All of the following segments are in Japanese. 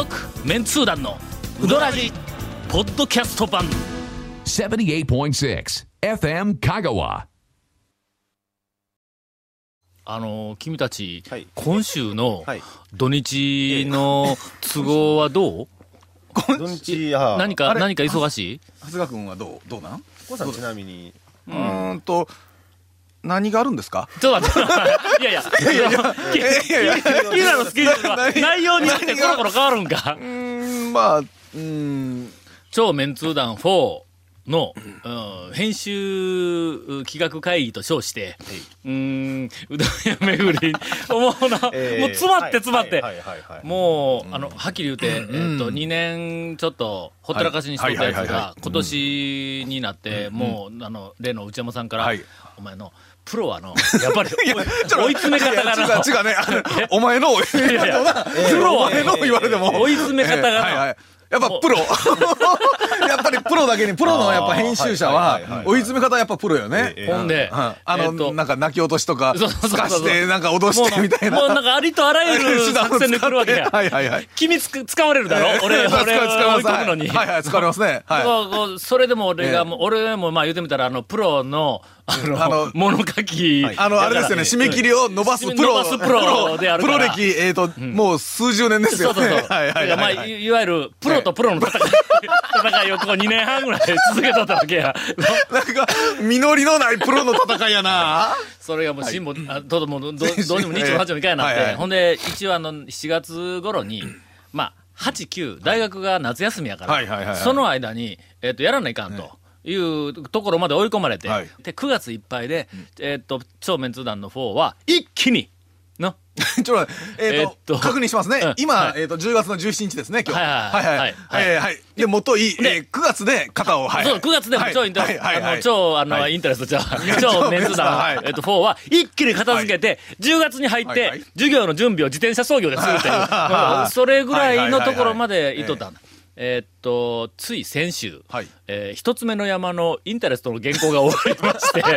続メンツー団のウドラジポッドキャスト版 78.6 FM 香川。 君たち、 はい今週のはい土日の都合はどう？ 土日や何か忙しい？ 長谷川君はどうなん？ コウさんちなみに何があるんですか？ ちょっと待っていやいや君らのスケジュールは内容によってコロコロ変わるんか？ まあ超メンツー団4の、編集企画会議と称して、うどん屋巡り、もう詰まって、もう、はっきり言うて、2年ちょっとほったらかしにしとったやつが、今年になって、もう、例の内山さんから、お前の、プロはやっぱり追い詰め方が違うね。お前のプロはお前の言われても追い詰め方がやっぱプロやっぱりプロだけにプロのやっぱ編集者は追い詰め方はやっぱプロよね。 ほんでなんか泣き落としとかすかしてなんか脅してみたいな、 もうなんかありとあらゆる作戦で来るわけや。君使われるだろ、俺追い込むのに。 はい使われますね。 それでも俺もまあ言うてみたらプロの物書きあれですよね、締め切りを伸ばすプロであるから。 プロ歴もう数十年ですよね。 まあいわゆるプロとプロの戦いをここ2年半ぐらい続けとったわけや。 なんか実りのないプロの戦いやな。 それがもう辛抱どうにも日も八もいかんやなって、ほんで一応7月頃にまあ8、9大学が夏休みやからその間にやらないかんと。いうところまで追い込まれて、で9月いっぱいで、超メンツ団の4は一気にのちょっと確認しますね。今10月の17日ですね今日。はいで元い9月で肩をそう9月でも超インタレスト超メンツ団4は一気に片付けて10月に入って授業の準備を自転車操業でするっていうそれぐらいのところまでいっとったんだ。つい先週、一つ目の山のインタレストの原稿が終わりまして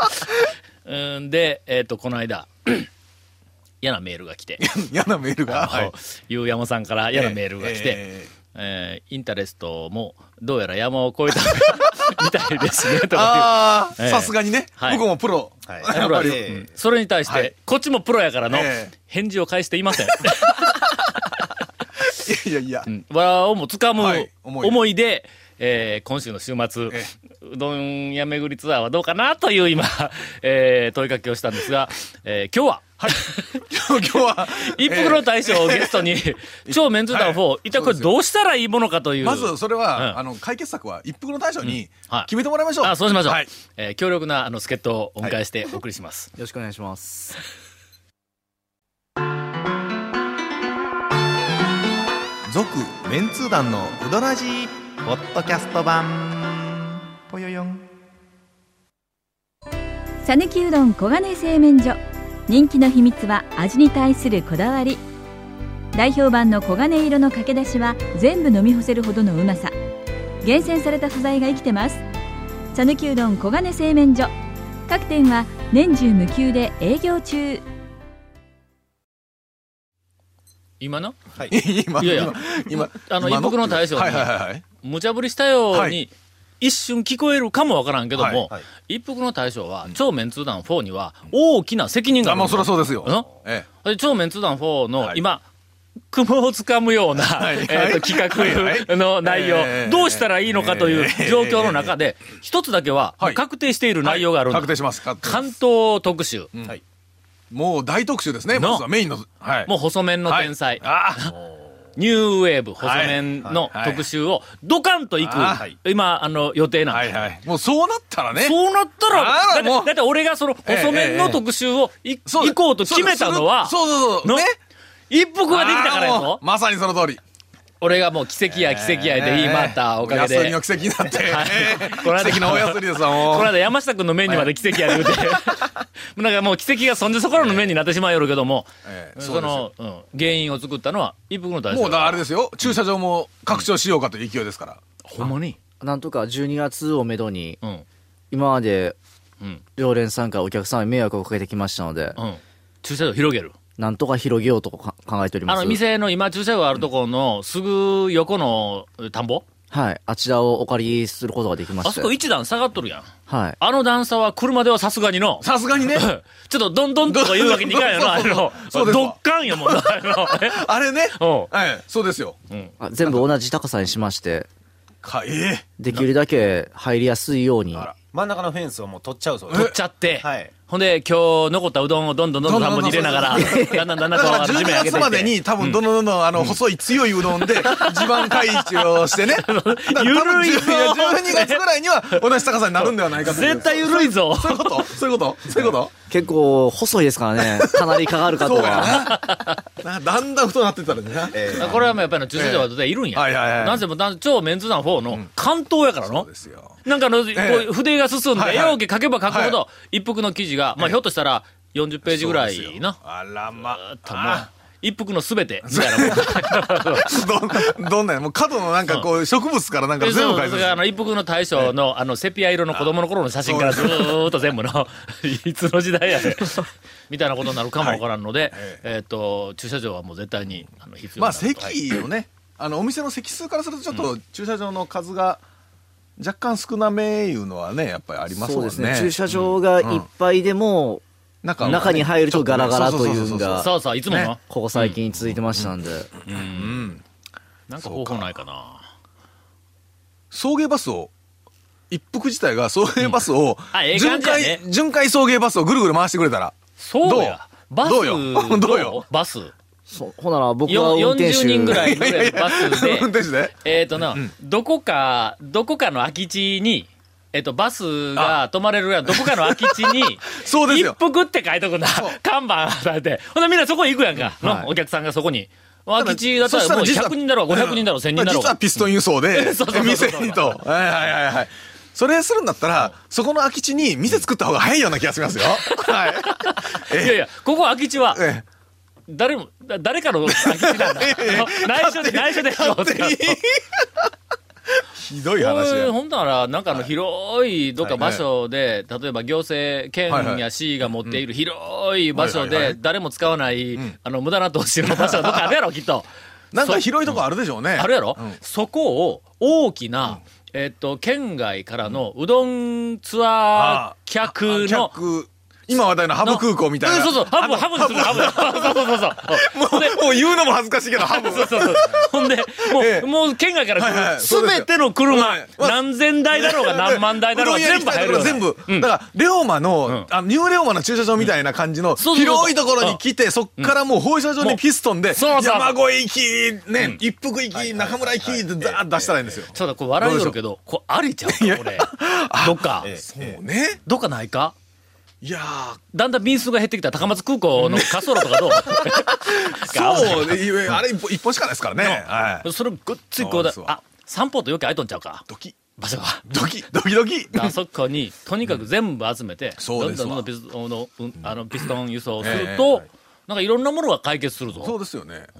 で、この間嫌なメールが来て嫌なメールがゆうやまさんから嫌なメールが来て、インタレストもどうやら山を越えたみたいですねとかさすがにね、僕もプロ、 やっぱりそれに対して、こっちもプロやからの返事を返していません。 いやわをもつかむ思いで、今週の週末、うどん屋巡りツアーはどうかなという今、問いかけをしたんですが、今日は一服の大将をゲストに超メンツ団4、一体これどうしたらいいものかという。 まずそれは、解決策は一服の大将に決めてもらいましょう。 そうしましょう。強力な助っ人をお迎えしてお送りします。 よろしくお願いします。 続メンツー団のウドラジポッドキャスト版ぽよよん。 さぬきうどん黄金製麺所、人気の秘密は味に対するこだわり。代表版の黄金色のかけだしは全部飲み干せるほどのうまさ。厳選された素材が生きてます。さぬきうどん黄金製麺所、各店は年中無休で営業中。 今の今一服の大将に無茶ぶりしたように一瞬聞こえるかもわからんけども、一服の大将は超メンツー団4には大きな責任がある。 そりゃそうですよ。 超メンツー団4の今雲をつかむような企画の内容、どうしたらいいのかという状況の中で一つだけは確定している内容があるんだ。 確定します。 関東特集。 もう大特集ですね。まずはメインの、 もう細麺の天才、ニューウェーブ細麺の特集をドカンといく、今予定なんです。 もうそうなったらね。 そうなったらだって俺がその細麺の特集を行こうと決めたのは一服ができたからやぞ。 まさにその通り。 俺がもう奇跡やで言い回ったおかげで。 ヤスリの奇跡になって。奇跡のおやすりですわ、もう。 この間山下くんの面にまで奇跡やで言うて。なんかもう奇跡がそんじょそこらの面になってしまうよるけども、その原因を作ったのは一服の大将。 もうあれですよ。駐車場も拡張しようかという勢いですから。 ほんまになんとか12月をめどに、今まで常連さんからお客さんに迷惑をかけてきましたので、 駐車場広げる。 なんとか広げようと考えております。 店の今駐車場があるところのすぐ横の田んぼ、 はい。あちらをお借りすることができまして。 あそこ一段下がっとるやん。 はい。 あの段差は車ではさすがにの。 さすがにね。 ちょっとどんどんとか言うわけにいかんよな、どっかんよもんな、 あれね。はい。そうですよ。 全部同じ高さにしまして。できるだけ入りやすいように。 真ん中のフェンスをもう取っちゃうそうです。取っちゃって。 はい。 ほんで、今日残ったうどんをどんどん田んぼに入れながら、だんだんだから12月までに多分どんどん細い強いうどんで地盤回収をしてね。 ゆるいぞ。 12月ぐらいには同じ高さになるんではないかと。 絶対ゆるいぞ。 そういうこと結構細いですからね。かなりかかるかとは。 だんだん太くなってたらね。 これはやっぱり駐車場はどういるんや。なんせも超メンツ団4の関東やからの。なんか筆が進んで、絵を書けば書くほど、一服の記事が、まあひょっとしたら40ページぐらいな。 あらま。 一服のすべて、みたいなもん。 どんなもう角のなんかこう、植物からなんか全部書いてる。 一服の大将のセピア色の子供の頃の写真からずーっと全部の、いつの時代やで、みたいなことになるかもわからんので、駐車場はもう絶対に必要まあ席をね、お店の席数からするとちょっと駐車場の数が、若干少なめいうのはね、やっぱりありますもんね。 そうですね。駐車場がいっぱいでも、中に入るとガラガラというのが、 そうそう、いつものここ最近続いてましたんで。 なんか方法ないかな。 送迎バスを、一服自体が送迎バスを、巡回送迎バスをぐるぐる回してくれたら。 そうや。バス、どうよ。 バス。 ほなら僕は運転手 40人ぐらい乗れるバスで、 運転手でどこかの空き地に、バスが止まれるやどこかの空き地に、一服って書いとくんだ。看板されて。ほんなみんなそこに行くやんか。のお客さんがそこに。空き地だったらもう100人だろう、500人だろう、1000人だろう。 実はピストン輸送で、店にと。はい。それするんだったら、そこの空き地に店作った方が早いような気がしますよ。 いやいや、ここ空き地は、誰かの空き地なんだ。内緒でひどい話や。 ほんなら、なんか広いどっか場所で、例えば行政、県や市が持っている広い場所で、誰も使わない、無駄な投資の場所がどっかあるやろ、きっと。 なんか広いとこあるでしょうね。 あるやろ、そこを大きな、県外からのうどんツアー客の、 今話題のハブ空港みたいな。 そう、ハブにする、ハブ。そう。 もう言うのも恥ずかしいけど、ハブ。 そう。ほんで、もう県外から来る、すべての車、何千台だろうが何万台だろうが全部入る。 全部。だから、龍馬の、ニュー龍馬の駐車場みたいな感じの、広いところに来て、そっからもう放射状にピストンで、山越行き、ね、一服行き、中村行きってザーッと出したらいいんですよ。 ちょっとこれ笑いよるけど、これありちゃうか、これ。どっか。 そうね。 どっかないかいやだんだん便数が減ってきた高松空港の滑走路とかどうそう、あれ一本しかないですからね。 それごっついこうだ、散歩とよく空いとんちゃうか。場所が。 ドキ。 あそこに、とにかく全部集めて、どんどんピストン輸送すると、なんかいろんなものが解決するぞ。 そうですよね。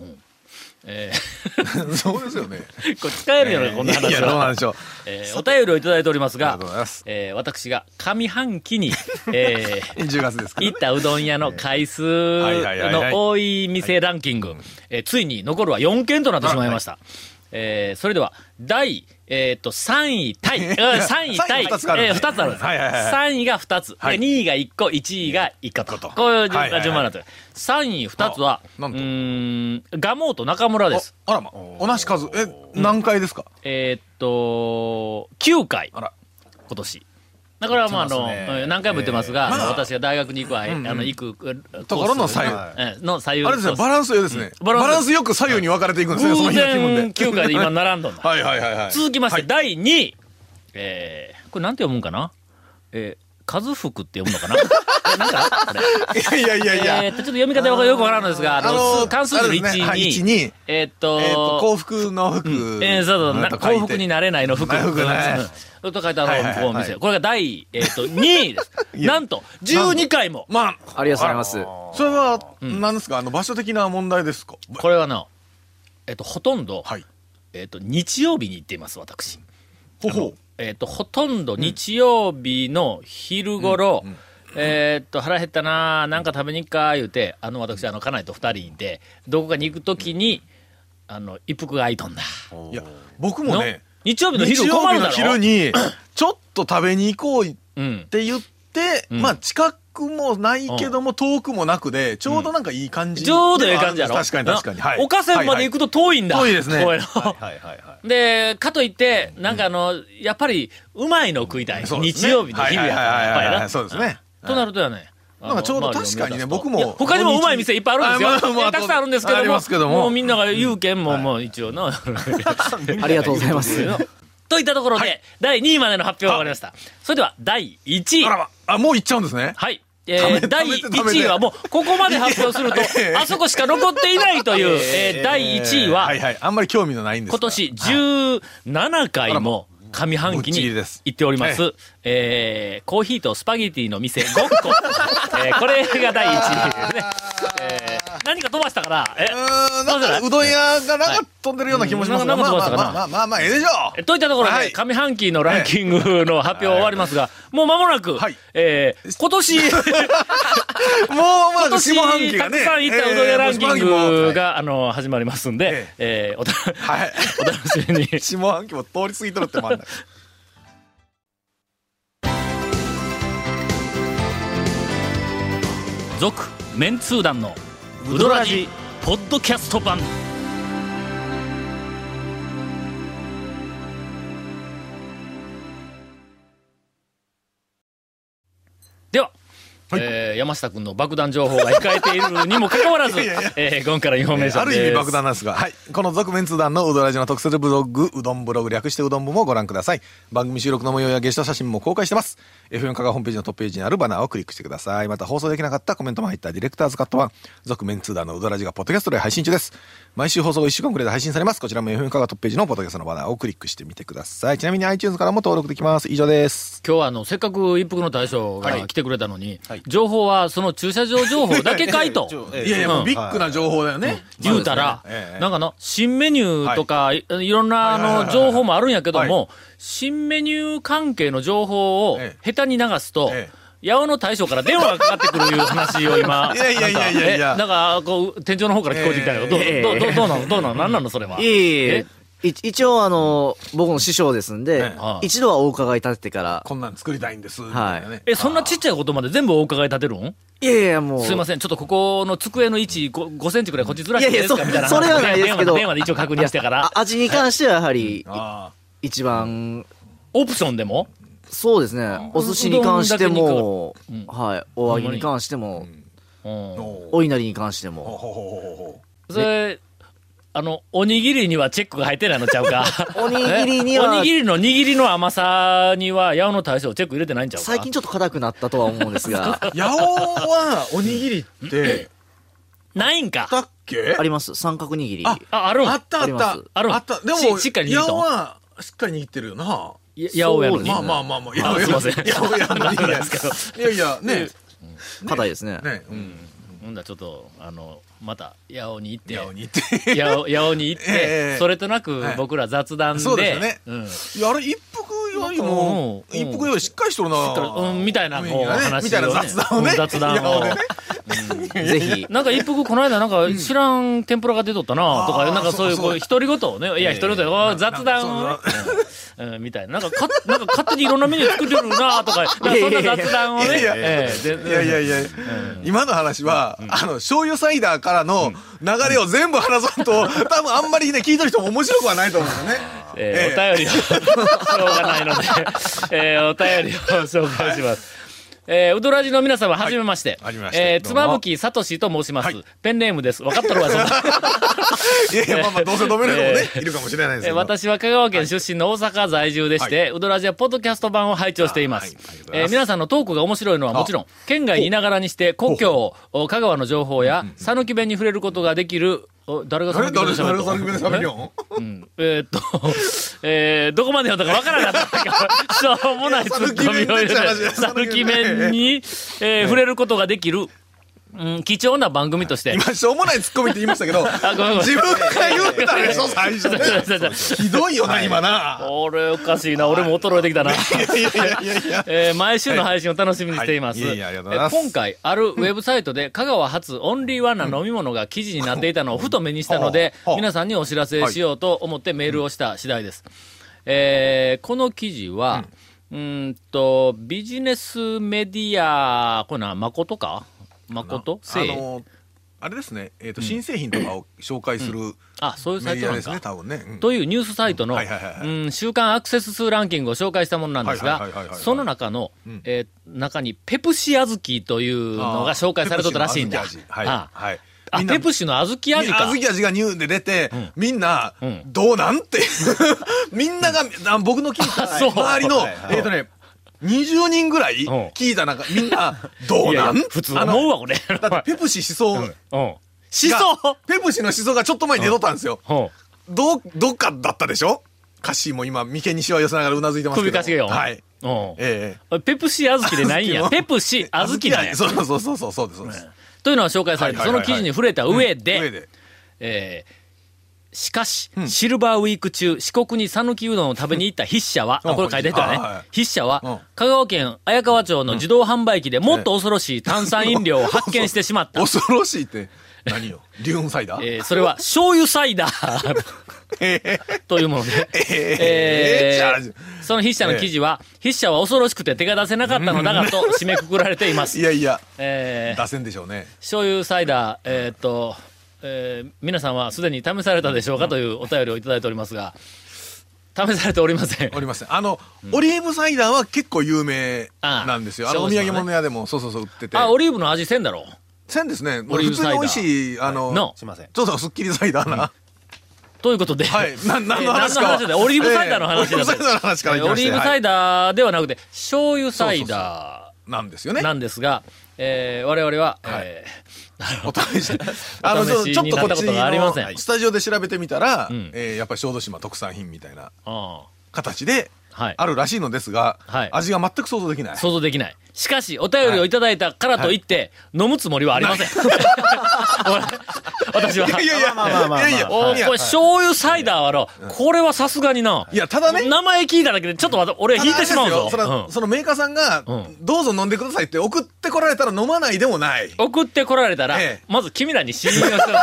そうですよね。 これ使えるよね、こんな話は。 いや、どうなんでしょう。 お便りをいただいておりますが、私が上半期に、 10月ですか行ったうどん屋の回数の多い店ランキング、ついに残るは4件となってしまいました。それでは、第、3位タイ。3位タイ。2つあるんです。3位が2つ。2位が1個、1位が1個と。こういう順番になってる。3位2つは、ガモーと中村です。 あらま、同じ数。何回ですか ？9回。今年。だからまあ何回も言ってますが、私が大学に行くところの左右。あれですね、バランス良いですね。バランスよく左右に分かれていくんですね、その日の気分で。 9回で今並んどんだ。続きまして、第2位。これなんて読むんかな？和福って読むのかな？なんかこれ。 いや。 ちょっと読み方がよくわからないんですが、関数の1に、 幸福の福。 そう、幸福になれないの福。と書いてあるお店。これが第2位です。なんと、12回も。 ありがとうございます。 それは、何ですか？場所的な問題ですか？ これはほとんど、日曜日に行っています、私。ほとんど日曜日の昼頃、 腹減ったな、なんか食べに行くか、言うて、私、家内と二人で、どこかに行くときに、一服が空いとんだ。 いや、僕もね、 日曜日の昼困るだろ。 日曜日の昼に、ちょっと食べに行こうって言って、まあ、近くもないけども、遠くもなくで、ちょうどなんかいい感じ。 ちょうどいい感じやろ。 確かに確かに。 岡線まで行くと遠いんだ。 遠いですね。 で、かといって、なんかやっぱり、うまいの食いたい。日曜日の昼やから。 そうですね。 となるとやね。 なんかちょうど確かにね、僕も。 他にもうまい店いっぱいあるんですよ。たくさんあるんですけども、もうみんなが言うけんもう一応な。 ありがとうございます。 といったところで、第2位までの発表が終わりました。それでは、第1位。 もういっちゃうんですね。 はい。第1位はもう、ここまで発表すると、あそこしか残っていないという、第1位は、 あんまり興味のないんです今年17回も、上半期に行っております、コーヒーとスパゲティの店5個、これが第1位ですね。何か飛ばしたから、 なんかうどん屋がなんか飛んでるような気もしますが、まあ、ええでしょう。 といったところで、上半期のランキングの発表終わりますが、もう間もなく、今年、 もうまだ下半期がね、 たくさん行ったうどん屋ランキングが、始まりますんで、お楽しみに。 下半期も通り過ぎとるってもあるんだ。 続メンツー団のウドラジポッドキャスト版。では、山下君の爆弾情報が控えているにもかかわらず、ゴンからインフォメーションです。 ある意味爆弾なんですが、はい。この続メンツ団のうどらじの特設ブログ、うどんブログ略してうどん部もご覧ください。番組収録の模様やゲスト写真も公開してます。FM 香川ホームページのトップページにあるバナーをクリックしてください。また放送できなかったコメントも入ったディレクターズカット版、続メンツ団のうどらじがポッドキャストで配信中です。毎週放送1週間くらいで配信されます。こちらも FM 香川トップページのポッドキャストのバナーをクリックしてみてください。ちなみに iTunes からも登録できます。以上です。 今日はせっかく一服の大将が来てくれたのに、情報はその駐車場情報だけかいと。 いやいや、もうビッグな情報だよね。 言うたら、なんか新メニューとか、いろんな情報もあるんやけども、新メニュー関係の情報を下手に流すと、八尾の大将から電話がかかってくるいう話を今、なんか、こう、店長の方から聞こえてきたよ。どうなの何なのそれは。 一応僕の師匠ですんで、一度はお伺い立ててから。 こんなん作りたいんです。 そんなちっちゃいことまで全部お伺い立てるん？ いやいや、もう。 すいません、ちょっとここの机の位置5センチくらいこっちずらしていいですかみたいな。 それはないですけど。 電話で一応確認してから。 味に関してはやはり、一番。 オプションでも？ そうですね。お寿司に関しても、はい。お揚げに関しても、お稲荷に関しても。 それ、おにぎりにはチェックが入ってないのちゃうか。 おにぎりには。 おにぎりの握りの甘さには、八尾の大将チェック入れてないんちゃうか。 最近ちょっと硬くなったとは思うんですが。 八尾は、おにぎりって、 ないんか。 だっけ？ あります。三角握り。 あるん？ あった。 でも、しっかり握ると。 八尾は、しっかり握ってるよな。 八尾やのに。 まあ。 すいません。 八尾やのに。いや、ね。 硬いですね。 ほんだちょっと、また、八尾に行って、 八尾に行って、 それとなく僕ら雑談で、 そうですね。いや、あれ、一服よりも、一服よりしっかりしとるなみたいな、こう、話を。 みたいな雑談をね。 雑談を。 ぜひ。 なんか一服この間なんか知らん天ぷらが出とったなとか、なんかそういう独り言をね、いや、独り言雑談をね、みたいな。なんか勝手にいろんなメニュー作ってるなとか、そんな雑談をね。いや、今の話は、醤油サイダーからの流れを全部話そうと、多分あんまりね、聞いてる人も面白くはないと思うんだよね。 お便りを、しょうがないので、お便りを紹介します。うどらじの皆様、はじめまして。妻夫木聡と申します。ペンネームです。分かっとるわ、そんな。 いやいや、まあ、どうせ止める人もね、いるかもしれないですけど。 私は香川県出身の大阪在住でして、うどらじはポッドキャスト版を拝聴しています。皆さんのトークが面白いのはもちろん、県外にいながらにして、故郷、香川の情報や、讃岐弁に触れることができる、誰が讃岐弁で喋るの？どこまで読んだかわからなかったから、しょうもないツッコミを入れて、讃岐弁に、触れることができる、 貴重な番組として。 今、しょうもないツッコミって言いましたけど、 ごめん自分が言うたでしょ、最初ね。ひどいよな、今な。 俺おかしいな。俺も衰えてきたな。毎週の配信を楽しみにしています。今回、あるウェブサイトで、香川発オンリーワンな飲み物が記事になっていたのをふと目にしたので、皆さんにお知らせしようと思ってメールをした次第です。この記事は、ビジネスメディア、これな、誠か誠あれですね、新製品とかを紹介する、 そういうサイトなんですね、多分ね。 というニュースサイトの、週間アクセス数ランキングを紹介したものなんですが、その中の、中にペプシ小豆というのが紹介されとったらしいんだ。ペプシの小豆味か。 小豆味がニューで出て、みんな、どうなんて。みんなが、僕の聞いた周りの、20人ぐらい聞いた中、みんな、どうなん？ 普通思うわ、これ。 だってペプシ思想。 シソペプシの思想がちょっと前に出とったんですよ。どっかだったでしょ？歌詞も今、眉間にしわ寄せながらうなずいてますけど。 首かしげよ。 はい。 ペプシ小豆でないんや。ペプシ小豆なんや。 そうです。 というのは紹介されて、その記事に触れた上で、しかし、シルバーウィーク中、四国に讃岐うどんを食べに行った筆者は、これ書いてあったよね。筆者は、香川県綾川町の自動販売機でもっと恐ろしい炭酸飲料を発見してしまった。 恐ろしいって、何よ？リューンサイダー？ それは、醤油サイダー。というもので、その筆者の記事は、筆者は恐ろしくて手が出せなかったのだがと締めくくられています。 いや、出せんでしょうね。 醤油サイダー、皆さんはすでに試されたでしょうかというお便りをいただいておりますが、試されておりません。 おりません。オリーブサイダーは結構有名なんですよ。お土産物屋でもそう売ってて。 オリーブの味せんだろう。 せんですね。普通に美味しい、 しません。 ちょっとスッキリサイダーな。 ということで、 何の話か。 オリーブサイダーの話だ。 オリーブサイダーの話からいきまして。 オリーブサイダーではなくて、醤油サイダーなんですよね。 なんですが、我々は、 お試しちょっとこっちのスタジオで調べてみたら、やっぱり小豆島特産品みたいな形であるらしいのですが、味が全く想像できない。 想像できない。しかし、お便りをいただいたからといって、飲むつもりはありません。私は。 いや、 これ醤油サイダーはこれはさすがにな。 いや、ただね。 名前聞いただけで、ちょっと俺引いてしまうぞ。 そのメーカーさんが、どうぞ飲んでくださいって送ってこられたら飲まないでもない。 送ってこられたら、まず君らに信用して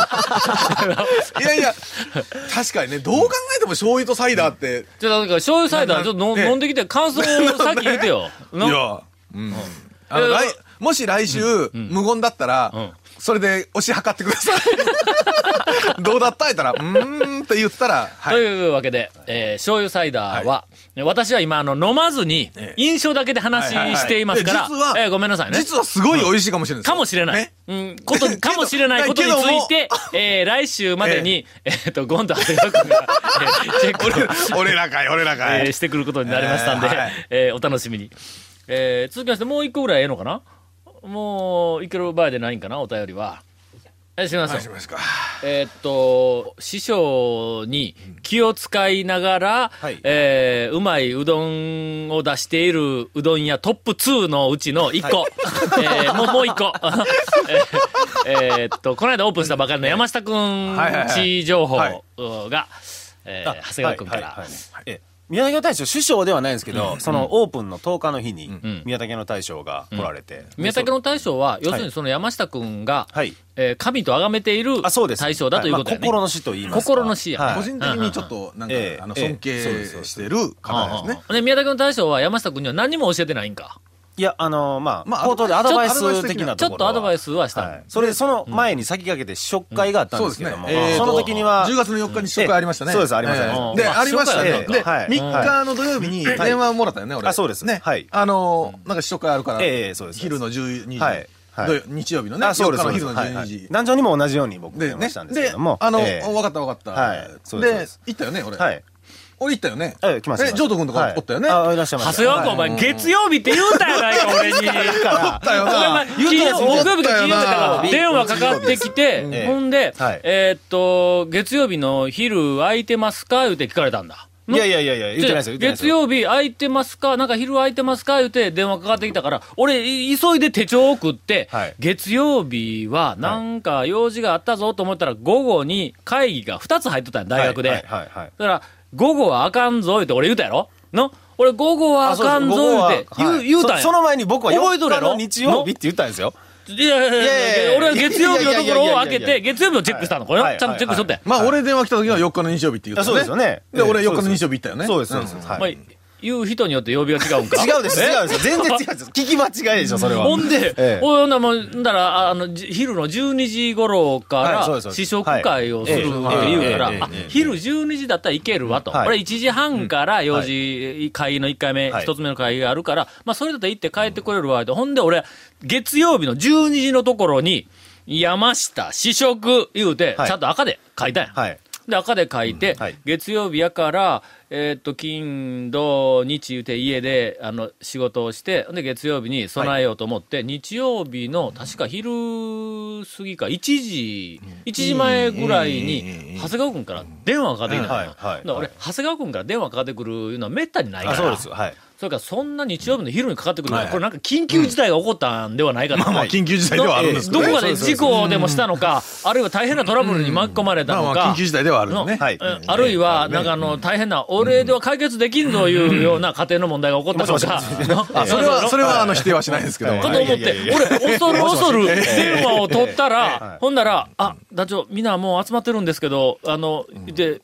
いや、確かにね、どう考えても醤油とサイダーって。 じゃあ、醤油サイダーちょっと飲んできて、感想をさっき言うてよ。 いや、もし来週、無言だったら、それで押し量ってください。どうだった言ったら、って言ったら、 というわけで、醤油サイダーは、私は今、飲まずに、印象だけで話していますから、ごめんなさいね。 実はすごい美味しいかもしれない。 かもしれない。かもしれないことについて、来週までに、ゴンと長谷川君が、チェックを、 俺らかい。 してくることになりましたんで、お楽しみに。続きまして、もう一個ぐらいええのかな？もういける場合でないんかな、お便りは。します。師匠に気を使いながら、うまいうどんを出しているうどん屋トップ2のうちの1個。もう1個。この間オープンしたばかりの山下くんち情報が、長谷川くんから。 宮崎の大将、首相ではないんですけど、そのオープンの10日の日に、宮崎の大将が来られて。 宮崎の大将は、要するにその山下くんが、神と崇めている大将だということだよね。 心の師と言いますか。 心の師や。 個人的にちょっと、なんか、尊敬してる方ですね。 宮崎の大将は山下くんには何も教えてないんか。 いや、口頭でアドバイス的なところ。 ちょっとアドバイスはした。 その前に先駆けて試食会があったんですけども、その時には。 10月の4日に試食会ありましたね。 そうです、ありましたね。 で、ありましたね。で、3日の土曜日に電話をもらったよね、俺。 そうですね。 なんか試食会あるから、昼の12時。日曜日のね、4日の昼の12時。 南條にも同じように僕電話したんですけども。 わかった。で、行ったよね、俺。俺行ったよね。 来ました。 ジョート君とかおったよね。 いらっしゃいました。 長谷川君、お前、月曜日って言うたやないか、俺に。 言ったよな。 木曜日か金曜日か電話かかってきて、ほんで、月曜日の昼空いてますか言うて聞かれたんだ。 いや言ってないですよ。 月曜日空いてますか、なんか昼空いてますか言って電話かかってきたから、俺急いで手帳を送って、月曜日はなんか用事があったぞと思ったら午後に会議が2つ入っとったんや、大学で。だから午後はあかんぞ言って俺言うたやろの、俺午後はあかんぞ言うて言うたんや。 その前に僕は覚えとるやろ、 日曜日って言ったんですよ。 いや俺は月曜日のところを開けて、月曜日をチェックしたの。これちゃんとチェックしとって。 まあ俺電話来た時は4日の日曜日って言ったね。 そうですよね。 で、俺4日の日曜日行ったよね。 そうです。 言う人によって曜日が違うんか。 違うんですよ。全然違うんです。聞き間違いでしょ、それは。 ほんで、ほんだら、昼の12時頃から試食会をするって言うから、昼12時だったら行けるわと。俺1時半から4時会議の1回目、1つ目の会議があるから、まあそれだったら行って帰ってこれるわと。ほんで俺、月曜日の12時のところに、山下試食言うて、ちゃんと赤で書いたんや。で、赤で書いて、月曜日やから、金、土、日言うて家で、仕事をして、で、月曜日に備えようと思って、日曜日の、確か昼過ぎか、1時前ぐらいに、長谷川君から電話がかかってきたんや。俺、長谷川君から電話かかってくるのはめったにないから。そうです。それからそんな日曜日の昼にかかってくるのは、これなんか緊急事態が起こったんではないかな。 まあ緊急事態ではあるんですけど、 どこかで事故でもしたのか、あるいは大変なトラブルに巻き込まれたのか、 緊急事態ではあるのね。 あるいは、なんか大変な、俺では解決できんというような家庭の問題が起こったのか。 それは否定はしないですけど。 かと思って、俺、恐る電話を取ったら、ほんなら、団長、みんなもう集まってるんですけど、言うて、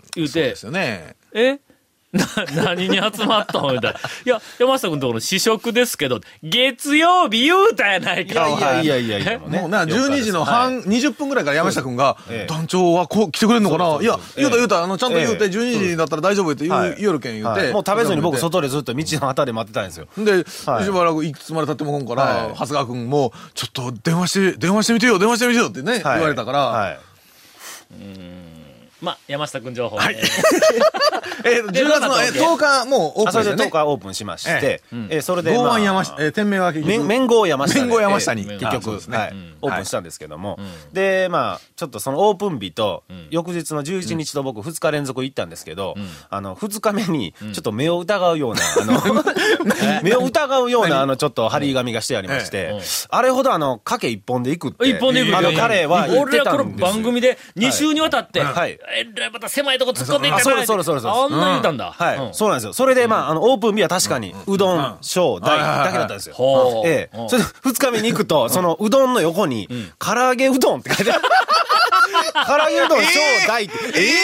何に集まったのみたいな。いや、山下君のところの試食ですけど、月曜日言うたやないか。 いや。 もうな、12時の半、20分ぐらいから山下君が、団長はこう来てくれるのかな、いや、言うた、ちゃんと言うて、12時だったら大丈夫って言うよるけん言うて。 もう食べずに僕外でずっと道の旗で待ってたんですよ。 で、しばらくいくつまで経ってもほんから、長谷川君も、ちょっと電話してみてよってね、言われたから、 まあ、山下君情報。 10月の10日、もうオープンそれで10日オープンしまして、それで、 剛腕山下、店名は結局。 麺号山下。 麺号山下に。 結局、オープンしたんですけども。で、まあ、ちょっとそのオープン日と、翌日の11日と僕2日連続行ったんですけど、2日目に、ちょっと目を疑うような、ちょっと張り紙がしてありまして、あれほど賭け一本で行くって、彼は言ってたんです。 俺らこの番組で2週にわたって、また狭いとこ突っ込んでいったら、あんな言うたんだ。 そうなんですよ。それで、まあ、オープン日は確かに、うどん、小、大だけだったんですよ。それで、2日目に行くと、そのうどんの横に、唐揚げうどんって書いてある。唐揚げうどん、小、大って。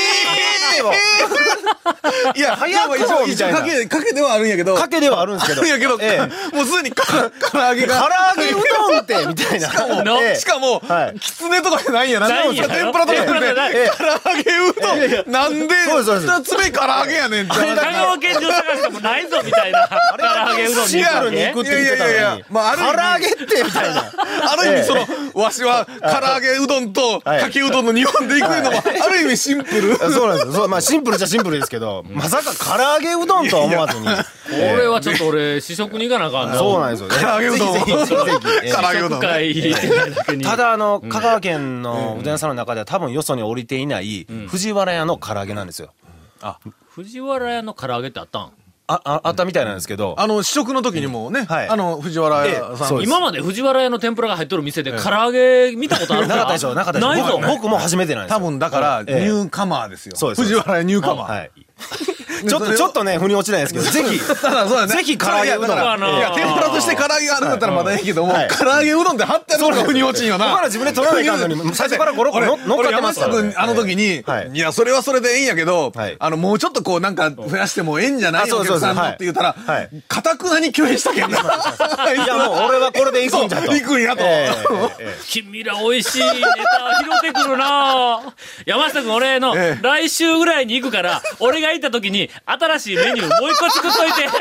いや、早くもみたいな。 かけではあるんやけど。 かけではあるんですけど。 もうすでに唐揚げが。 唐揚げうどんって、みたいな。 しかも、きつねとかじゃないんやな。天ぷらとかじゃなくて、唐揚げうどん。なんで、二つ目唐揚げやねんって。 香川県中探してもないぞ、みたいな。唐揚げうどんにシンプルに行くって言ってたのに。唐揚げって、みたいな。 ある意味わしは唐揚げうどんとかけうどんの2本で行くのも、ある意味シンプル。 そうなんですよ。まあシンプルじゃシンプルですけど、まさか唐揚げうどんとは思わずに。 俺はちょっと試食に行かなあかんの。 そうなんですよね。 唐揚げうどん。 唐揚げうどん。 ただ香川県のうどん屋さんの中では多分よそに降りていない藤原屋の唐揚げなんですよ。 藤原屋の唐揚げってあったん？ あったみたいなんですけど。 試食の時にもね、藤原屋さん。 今まで藤原屋の天ぷらが入っとる店で唐揚げ見たことあるか？ なかったでしょ、なかったでしょ。 ないぞ。 僕も初めてなんですよ。 多分だから、ニューカマーですよ。藤原屋ニューカマー。 ちょっとね、腑に落ちないですけど、ぜひ、ぜひ唐揚げうどん。 いや、天ぷらとして唐揚げがあるんだったらまだいいけども、唐揚げうどんって貼ってあるのが腑に落ちんよな。 僕ら自分で取らないかんのに、最初からゴロゴロ乗っかってますから。 山下君、時に、いや、それはそれでええんやけど、もうちょっとこうなんか増やしてもええんじゃないお客さんのって言ったら、かたくなに拒否したけんな。いや、もう俺はこれで行くんじゃと。 行くんやと。 君ら美味しいネタ拾ってくるな山下君、俺の来週ぐらいに行くから、俺が行った時に新しいメニューもう一個作っといて。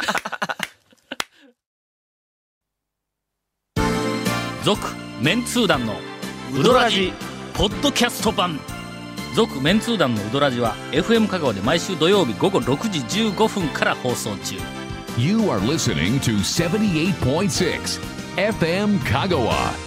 続メンツー団のウドラジポッドキャスト版。続メンツー団のウドラジは FM 香川で毎週土曜日午後6時15分から放送中。 You are listening to 78.6 FM 香川。